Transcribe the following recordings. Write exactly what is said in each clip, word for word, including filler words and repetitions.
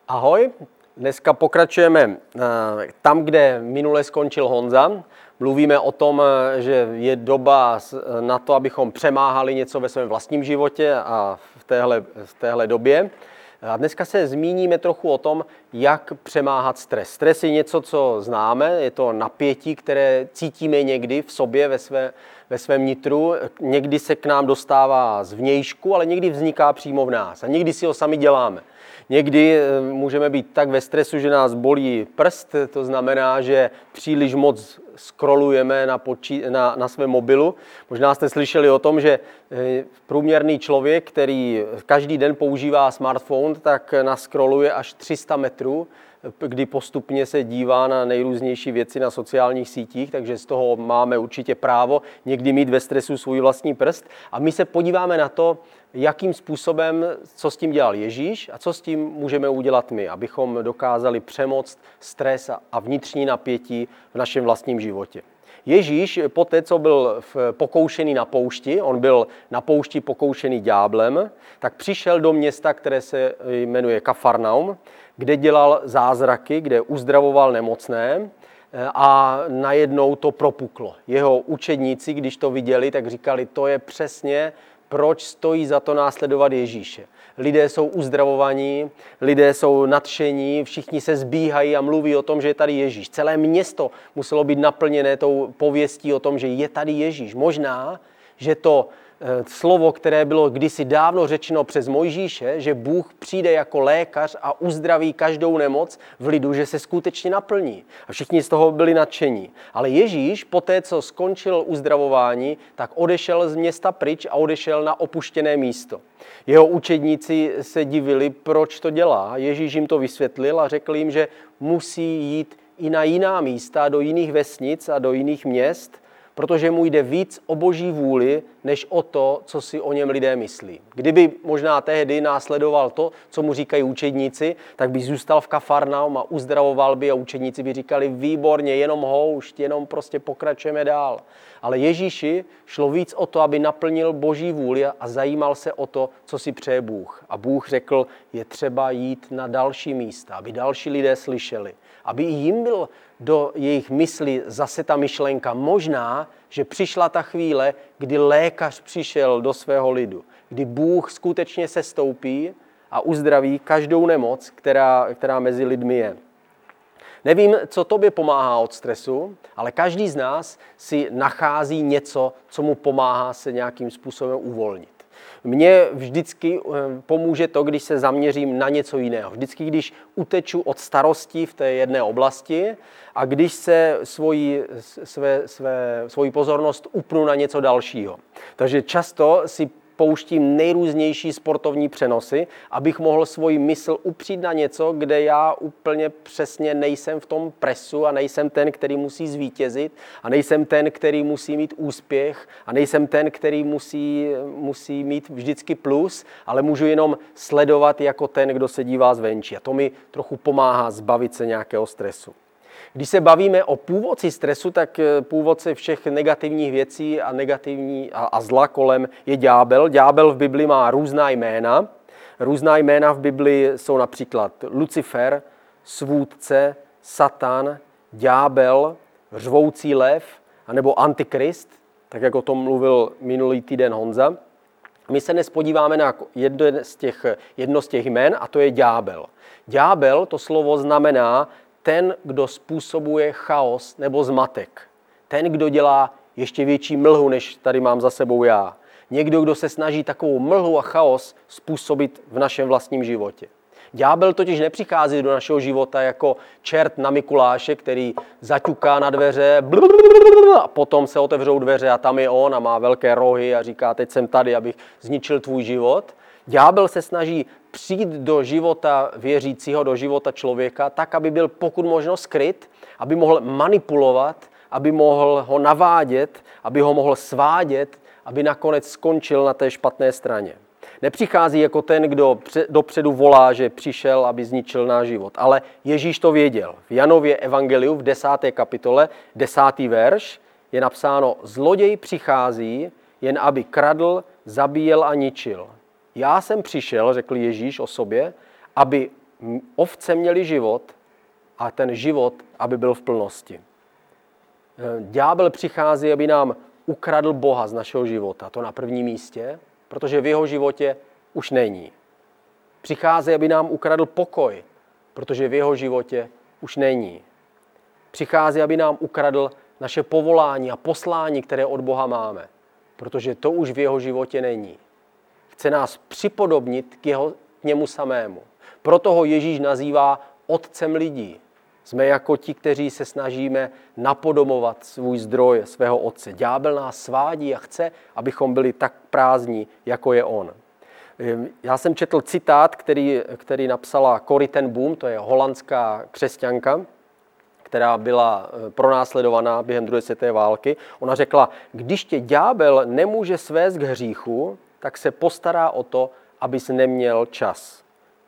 Ahoj, dneska pokračujeme tam, kde minule skončil Honza. Mluvíme o tom, že je doba na to, abychom přemáhali něco ve svém vlastním životě a v téhle, v téhle době. A dneska se zmíníme trochu o tom, jak přemáhat stres. Stres je něco, co známe, je to napětí, které cítíme někdy v sobě, ve, své, ve svém nitru. Někdy se k nám dostává zvnějšku, ale někdy vzniká přímo v nás a někdy si ho sami děláme. Někdy můžeme být tak ve stresu, že nás bolí prst, to znamená, že příliš moc scrollujeme na, počí, na, na svém mobilu. Možná jste slyšeli o tom, že průměrný člověk, který každý den používá smartphone, tak nascrolluje až tři sta metrů, kdy postupně se dívá na nejrůznější věci na sociálních sítích, takže z toho máme určitě právo někdy mít ve stresu svůj vlastní prst. A my se podíváme na to, jakým způsobem, co s tím dělal Ježíš a co s tím můžeme udělat my, abychom dokázali přemoct stres a vnitřní napětí v našem vlastním životě. Ježíš, poté, co byl pokoušený na poušti, on byl na poušti pokoušený ďáblem, tak přišel do města, které se jmenuje Kafarnaum, kde dělal zázraky, kde uzdravoval nemocné a najednou to propuklo. Jeho učedníci, když to viděli, tak říkali, to je přesně, proč stojí za to následovat Ježíše. Lidé jsou uzdravovaní, lidé jsou nadšení, všichni se zbíhají a mluví o tom, že je tady Ježíš. Celé město muselo být naplněné tou pověstí o tom, že je tady Ježíš. Možná, že to slovo, které bylo kdysi dávno řečeno přes Mojžíše, že Bůh přijde jako lékař a uzdraví každou nemoc v lidu, že se skutečně naplní. A všichni z toho byli nadšení. Ale Ježíš, poté, co skončil uzdravování, tak odešel z města pryč a odešel na opuštěné místo. Jeho učedníci se divili, proč to dělá. Ježíš jim to vysvětlil a řekl jim, že musí jít i na jiná místa, do jiných vesnic a do jiných měst, protože mu jde víc o boží vůli, než o to, co si o něm lidé myslí. Kdyby možná tehdy následoval to, co mu říkají učedníci, tak by zůstal v Kafarnaum a uzdravoval by a učedníci by říkali, výborně, jenom houšť, jenom prostě pokračujeme dál. Ale Ježíši šlo víc o to, aby naplnil boží vůli a zajímal se o to, co si přeje Bůh. A Bůh řekl, je třeba jít na další místa, aby další lidé slyšeli, aby i jim byl do jejich mysli zase ta myšlenka. Možná, že přišla ta chvíle, kdy lékař přišel do svého lidu, kdy Bůh skutečně sestoupí a uzdraví každou nemoc, která, která mezi lidmi je. Nevím, co tobě pomáhá od stresu, ale každý z nás si nachází něco, co mu pomáhá se nějakým způsobem uvolnit. Mně vždycky pomůže to, když se zaměřím na něco jiného. Vždycky, když uteču od starostí v té jedné oblasti a když se svoji, své, své, svoji pozornost upnu na něco dalšího. Takže často si pouštím nejrůznější sportovní přenosy, abych mohl svoji mysl upřít na něco, kde já úplně přesně nejsem v tom presu a nejsem ten, který musí zvítězit a nejsem ten, který musí mít úspěch a nejsem ten, který musí, musí mít vždycky plus, ale můžu jenom sledovat jako ten, kdo se dívá zvenčí. A to mi trochu pomáhá zbavit se nějakého stresu. Když se bavíme o původci stresu, tak původce všech negativních věcí a, negativní a, a zla kolem je ďábel. Ďábel v Bibli má různá jména. Různá jména v Bibli jsou například Lucifer, svůdce, Satan, ďábel, řvoucí lev, anebo Antikrist, tak jak o tom mluvil minulý týden Honza. My se dnes podíváme na jedno z těch, jedno z těch jmén a to je ďábel. Ďábel, to slovo znamená ten, kdo způsobuje chaos nebo zmatek. Ten, kdo dělá ještě větší mlhu, než tady mám za sebou já. Někdo, kdo se snaží takovou mlhu a chaos způsobit v našem vlastním životě. Ďábel totiž nepřichází do našeho života jako čert na Mikuláše, který zaťuká na dveře a potom se otevřou dveře a tam je on a má velké rohy a říká, teď jsem tady, abych zničil tvůj život. Ďábel se snaží přijít do života věřícího, do života člověka, tak, aby byl pokud možno skryt, aby mohl manipulovat, aby mohl ho navádět, aby ho mohl svádět, aby nakonec skončil na té špatné straně. Nepřichází jako ten, kdo dopředu volá, že přišel, aby zničil náš život. Ale Ježíš to věděl. V Janově evangeliu v desáté kapitole, desátý verš, je napsáno, zloděj přichází, jen aby kradl, zabíjel a ničil. Já jsem přišel, řekl Ježíš o sobě, aby ovce měly život a ten život, aby byl v plnosti. Ďábel přichází, aby nám ukradl Boha z našeho života, to na prvním místě, protože v jeho životě už není. Přichází, aby nám ukradl pokoj, protože v jeho životě už není. Přichází, aby nám ukradl naše povolání a poslání, které od Boha máme, protože to už v jeho životě není. Chce nás připodobnit k, jeho, k němu samému. Proto ho Ježíš nazývá otcem lidí. Jsme jako ti, kteří se snažíme napodobovat svůj zdroj, svého otce. Ďábel nás svádí a chce, abychom byli tak prázdní, jako je on. Já jsem četl citát, který, který napsala Corrie ten Boom, to je holandská křesťanka, která byla pronásledovaná během druhé světové války. Ona řekla, když tě ďábel nemůže svést k hříchu, tak se postará o to, abys neměl čas.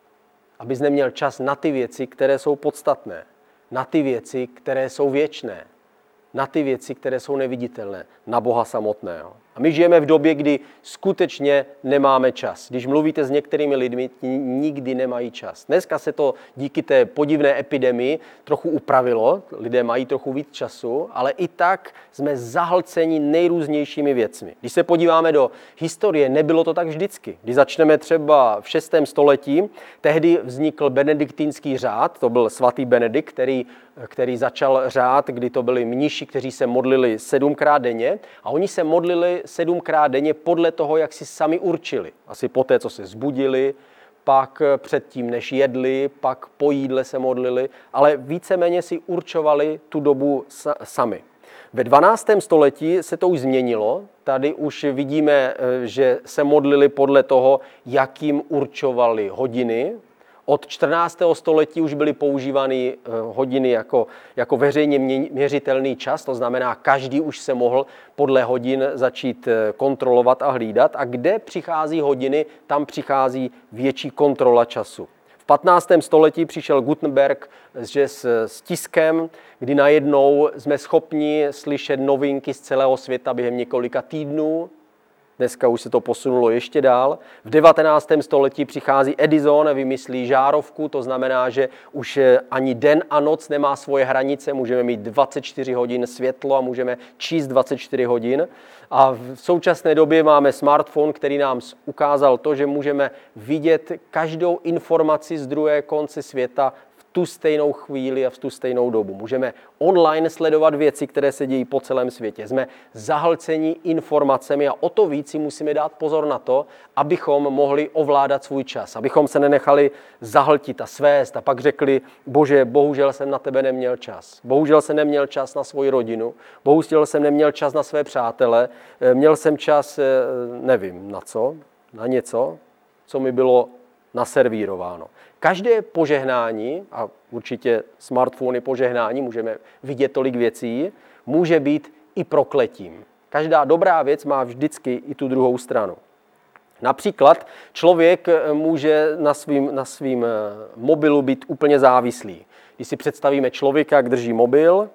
Abys neměl čas na ty věci, které jsou podstatné. Na ty věci, které jsou věčné. Na ty věci, které jsou neviditelné. Na Boha samotného. A my žijeme v době, kdy skutečně nemáme čas. Když mluvíte s některými lidmi, ti nikdy nemají čas. Dneska se to díky té podivné epidemii trochu upravilo. Lidé mají trochu víc času, ale i tak jsme zahlceni nejrůznějšími věcmi. Když se podíváme do historie, nebylo to tak vždycky. Když začneme třeba v šestém století, tehdy vznikl benediktínský řád, to byl svatý Benedikt, který, který začal řád, kdy to byli mniši, kteří se modlili sedmkrát denně a oni se modlili sedmkrát denně podle toho, jak si sami určili. Asi poté, co se zbudili, pak předtím, než jedli, pak po jídle se modlili, ale víceméně si určovali tu dobu sami. Ve dvanáctém století se to už změnilo. Tady už vidíme, že se modlili podle toho, jak jim určovali hodiny. Od čtrnáctého století už byly používány hodiny jako, jako veřejně měřitelný čas, to znamená, každý už se mohl podle hodin začít kontrolovat a hlídat. A kde přichází hodiny, tam přichází větší kontrola času. V patnáctém století přišel Gutenberg že s, s tiskem, kdy najednou jsme schopni slyšet novinky z celého světa během několika týdnů. Dneska už se to posunulo ještě dál. V devatenáctém století přichází Edison a vymyslí žárovku, to znamená, že už ani den a noc nemá svoje hranice, můžeme mít dvacet čtyři hodin světlo a můžeme číst dvacet čtyři hodin. A v současné době máme smartphone, který nám ukázal to, že můžeme vidět každou informaci z druhé konce světa v tu stejnou chvíli a v tu stejnou dobu. Můžeme online sledovat věci, které se dějí po celém světě. Jsme zahlceni informacemi a o to víc si musíme dát pozor na to, abychom mohli ovládat svůj čas, abychom se nenechali zahltit a svést a pak řekli, bože, bohužel jsem na tebe neměl čas. Bohužel jsem neměl čas na svoji rodinu, bohužel jsem neměl čas na své přátele, měl jsem čas, nevím na co, na něco, co mi bylo naservírováno. Každé požehnání, a určitě smartphony požehnání, můžeme vidět tolik věcí, může být i prokletím. Každá dobrá věc má vždycky i tu druhou stranu. Například člověk může na svým, na svým mobilu být úplně závislý. Když si představíme člověka, jak drží mobil,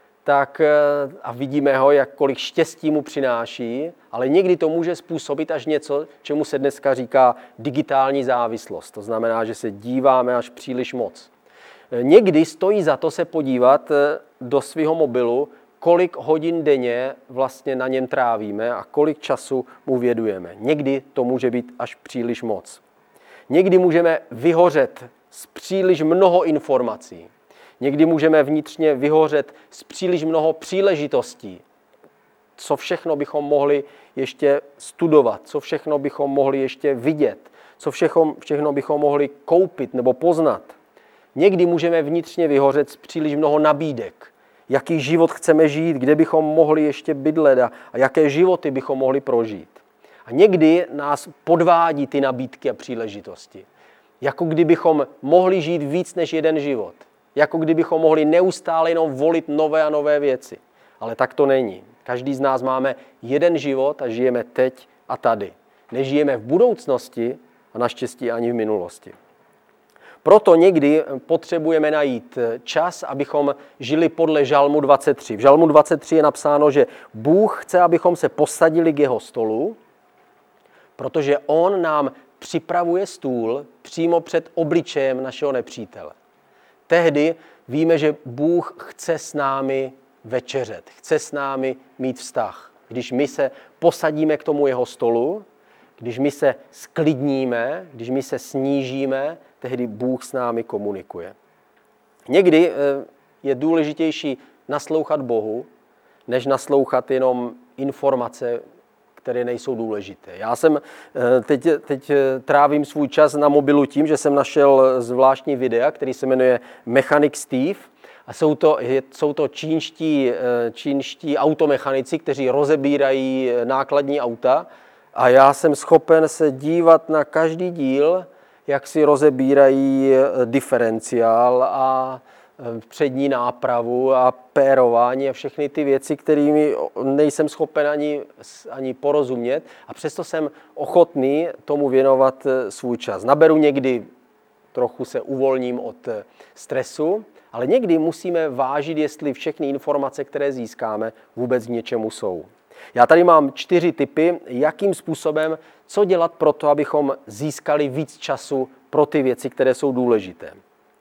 tak a vidíme ho, jak kolik štěstí mu přináší, ale někdy to může způsobit až něco, čemu se dneska říká digitální závislost. To znamená, že se díváme až příliš moc. Někdy stojí za to se podívat do svého mobilu, kolik hodin denně vlastně na něm trávíme a kolik času mu věnujeme. Někdy to může být až příliš moc. Někdy můžeme vyhořet z příliš mnoho informací. Někdy můžeme vnitřně vyhořet z příliš mnoho příležitostí. Co všechno bychom mohli ještě studovat, co všechno bychom mohli ještě vidět, co všechno, všechno bychom mohli koupit nebo poznat. Někdy můžeme vnitřně vyhořet z příliš mnoho nabídek. Jaký život chceme žít, kde bychom mohli ještě bydlet a, a jaké životy bychom mohli prožít. A někdy nás podvádí ty nabídky a příležitosti. Jako kdybychom mohli žít víc než jeden život. Jako kdybychom mohli neustále jenom volit nové a nové věci. Ale tak to není. Každý z nás máme jeden život a žijeme teď a tady. Nežijeme v budoucnosti a naštěstí ani v minulosti. Proto někdy potřebujeme najít čas, abychom žili podle Žalmu dvacet tři. V Žalmu dvacet tři je napsáno, že Bůh chce, abychom se posadili k jeho stolu, protože on nám připravuje stůl přímo před obličejem našeho nepřítele. Tehdy víme, že Bůh chce s námi večeřet, chce s námi mít vztah. Když my se posadíme k tomu jeho stolu, když my se sklidníme, když my se snížíme, tehdy Bůh s námi komunikuje. Někdy je důležitější naslouchat Bohu, než naslouchat jenom informace, které nejsou důležité. Já jsem teď, teď trávím svůj čas na mobilu tím, že jsem našel zvláštní videa, který se jmenuje Mechanic Steve. A jsou to, jsou to čínští, čínští automechanici, kteří rozebírají nákladní auta. A já jsem schopen se dívat na každý díl, jak si rozebírají diferenciál a přední nápravu a pérování a všechny ty věci, kterými nejsem schopen ani, ani porozumět. A přesto jsem ochotný tomu věnovat svůj čas. Naberu někdy, trochu se uvolním od stresu, ale někdy musíme vážit, jestli všechny informace, které získáme, vůbec k něčemu jsou. Já tady mám čtyři tipy, jakým způsobem, co dělat pro to, abychom získali víc času pro ty věci, které jsou důležité.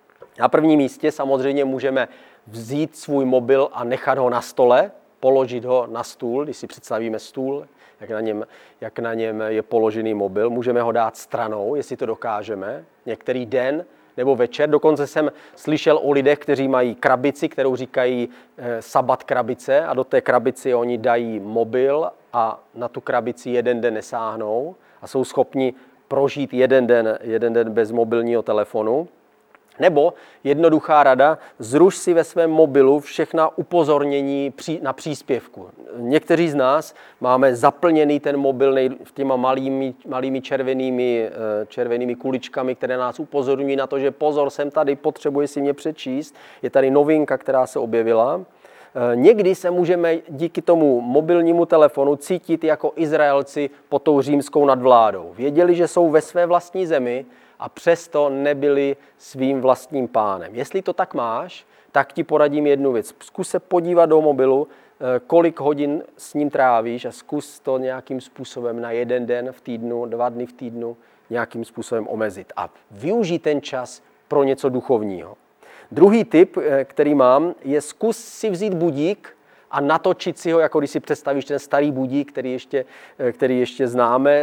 Na prvním místě samozřejmě můžeme vzít svůj mobil a nechat ho na stole, položit ho na stůl, když si představíme stůl, jak na něm, jak na něm je položený mobil. Můžeme ho dát stranou, jestli to dokážeme, některý den nebo večer. Dokonce jsem slyšel o lidech, kteří mají krabici, kterou říkají e, sabat krabice, a do té krabici oni dají mobil a na tu krabici jeden den nesáhnou a jsou schopni prožít jeden den, jeden den bez mobilního telefonu. Nebo jednoduchá rada, zruš si ve svém mobilu všechna upozornění na příspěvku. Někteří z nás máme zaplněný ten mobil těma malými, malými červenými, červenými kuličkami, které nás upozorňují na to, že pozor, jsem tady, potřebuji si mě přečíst. Je tady novinka, která se objevila. Někdy se můžeme díky tomu mobilnímu telefonu cítit jako Izraelci pod tou římskou nadvládou. Věděli, že jsou ve své vlastní zemi, a přesto nebyli svým vlastním pánem. Jestli to tak máš, tak ti poradím jednu věc. Zkus se podívat do mobilu, kolik hodin s ním trávíš a zkus to nějakým způsobem na jeden den v týdnu, dva dny v týdnu nějakým způsobem omezit a využít ten čas pro něco duchovního. Druhý tip, který mám, je zkus si vzít budík a natočit si ho, jako když si představíš ten starý budík, který ještě, který ještě známe,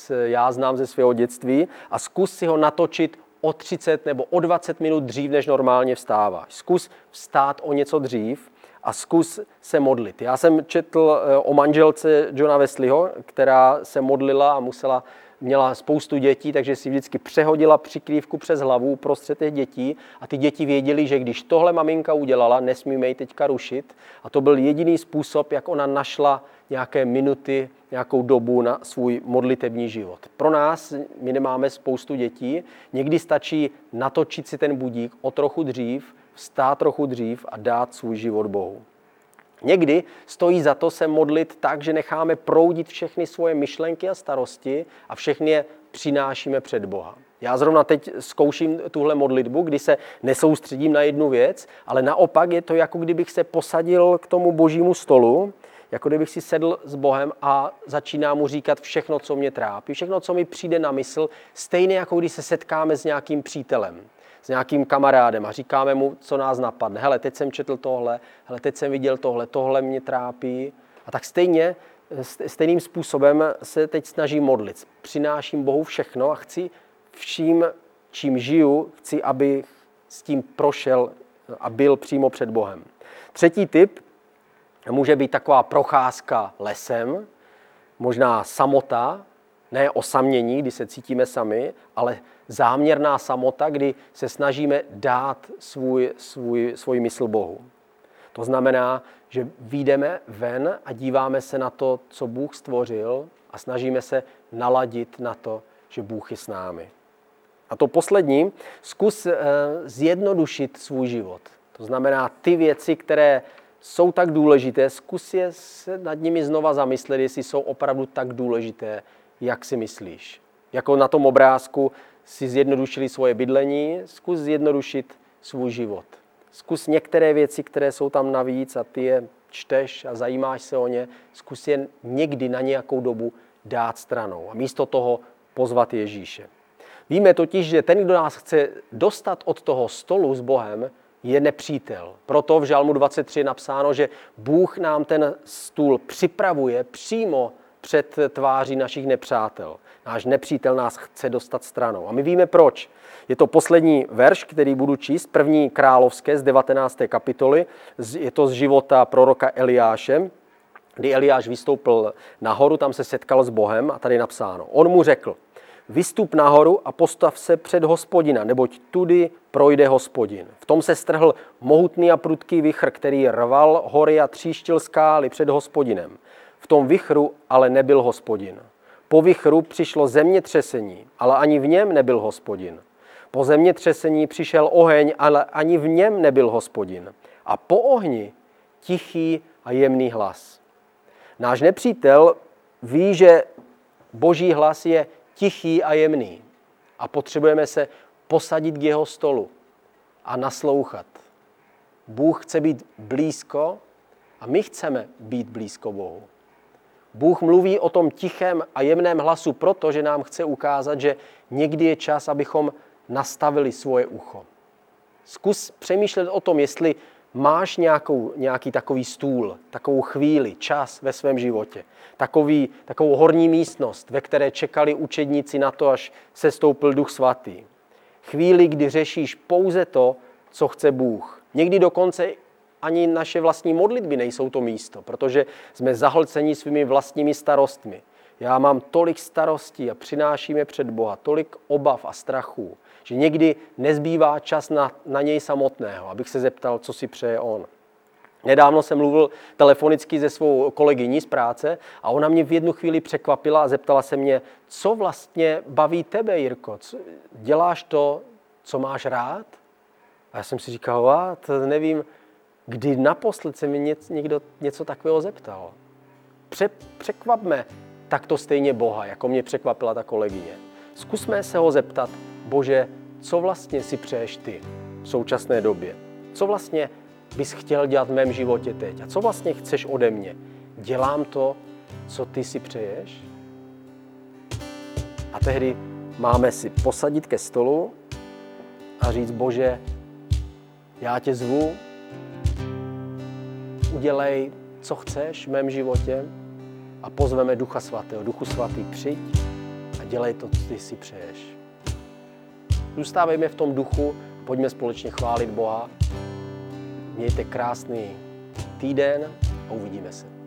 já znám ze svého dětství, a zkus si ho natočit o třicet nebo o dvacet minut dřív, než normálně vstáváš. Zkus vstát o něco dřív a zkus se modlit. Já jsem četl o manželce Johna Wesleyho, která se modlila a musela měla spoustu dětí, takže si vždycky přehodila přikrývku přes hlavu prostřed těch dětí a ty děti věděly, že když tohle maminka udělala, nesmíme ji teďka rušit. A to byl jediný způsob, jak ona našla nějaké minuty, nějakou dobu na svůj modlitební život. Pro nás, my nemáme spoustu dětí, někdy stačí natočit si ten budík o trochu dřív, vstát trochu dřív a dát svůj život Bohu. Někdy stojí za to se modlit tak, že necháme proudit všechny svoje myšlenky a starosti a všechny je přinášíme před Boha. Já zrovna teď zkouším tuhle modlitbu, kdy se nesoustředím na jednu věc, ale naopak je to, jako kdybych se posadil k tomu božímu stolu, jako kdybych si sedl s Bohem a začínám mu říkat všechno, co mě trápí, všechno, co mi přijde na mysl, stejně jako když se setkáme s nějakým přítelem, s nějakým kamarádem a říkáme mu, co nás napadne. Hele, teď jsem četl tohle, hele, teď jsem viděl tohle, tohle mě trápí. A tak stejně, stejným způsobem se teď snažím modlit. Přináším Bohu všechno a chci vším, čím žiju, chci, aby s tím prošel a byl přímo před Bohem. Třetí tip může být taková procházka lesem, možná samota, ne osamění, kdy se cítíme sami, ale záměrná samota, kdy se snažíme dát svůj, svůj, svůj mysl Bohu. To znamená, že vyjdeme ven a díváme se na to, co Bůh stvořil a snažíme se naladit na to, že Bůh je s námi. A to poslední, zkus eh, zjednodušit svůj život. To znamená ty věci, které jsou tak důležité, zkus je se nad nimi znova zamyslet, jestli jsou opravdu tak důležité, jak si myslíš. Jako na tom obrázku si zjednodušili svoje bydlení, zkus zjednodušit svůj život. Zkus některé věci, které jsou tam navíc a ty je čteš a zajímáš se o ně, zkus je někdy na nějakou dobu dát stranou. A místo toho pozvat Ježíše. Víme totiž, že ten, kdo nás chce dostat od toho stolu s Bohem, je nepřítel. Proto v Žalmu dvacet tři je napsáno, že Bůh nám ten stůl připravuje přímo před tváří našich nepřátel. Náš nepřítel nás chce dostat stranou. A my víme proč. Je to poslední verš, který budu číst, první královské z devatenácté kapitoly. Je to z života proroka Eliáše, kdy Eliáš vystoupil nahoru, tam se setkal s Bohem a tady napsáno. On mu řekl, vystup nahoru a postav se před Hospodina, neboť tudy projde Hospodin. V tom se strhl mohutný a prudký vichr, který rval hory a tříštil skály před Hospodinem. V tom vichru ale nebyl Hospodin. Po vichru přišlo zemětřesení, ale ani v něm nebyl Hospodin. Po zemětřesení přišel oheň, ale ani v něm nebyl Hospodin. A po ohni tichý a jemný hlas. Náš nepřítel ví, že Boží hlas je tichý a jemný. A potřebujeme se posadit k jeho stolu a naslouchat. Bůh chce být blízko a my chceme být blízko Bohu. Bůh mluví o tom tichém a jemném hlasu, protože nám chce ukázat, že někdy je čas, abychom nastavili svoje ucho. Zkus přemýšlet o tom, jestli máš nějakou, nějaký takový stůl, takovou chvíli, čas ve svém životě, takový, takovou horní místnost, ve které čekali učedníci na to, až sestoupil Duch Svatý. Chvíli, kdy řešíš pouze to, co chce Bůh. Někdy dokonce ani naše vlastní modlitby nejsou to místo, protože jsme zahlceni svými vlastními starostmi. Já mám tolik starostí a přináším je před Boha, tolik obav a strachů, že někdy nezbývá čas na, na něj samotného, abych se zeptal, co si přeje on. Nedávno jsem mluvil telefonicky se svou kolegyní z práce a ona mě v jednu chvíli překvapila a zeptala se mě, co vlastně baví tebe, Jirko? Co, děláš to, co máš rád? A já jsem si říkal, a to nevím, kdy naposled se mi někdo něco takového zeptal. Pře, překvapme takto stejně Boha, jako mě překvapila ta kolegyně. Zkusme se ho zeptat, Bože, co vlastně si přeješ ty v současné době? Co vlastně bys chtěl dělat v mém životě teď? A co vlastně chceš ode mě? Dělám to, co ty si přeješ? A tehdy máme si posadit ke stolu a říct, Bože, já tě zvu, udělej, co chceš v mém životě a pozveme Ducha Svatého. Duchu Svatý, přijď a dělej to, co ty si přeješ. Zůstávejme v tom duchu, pojďme společně chválit Boha. Mějte krásný týden a uvidíme se.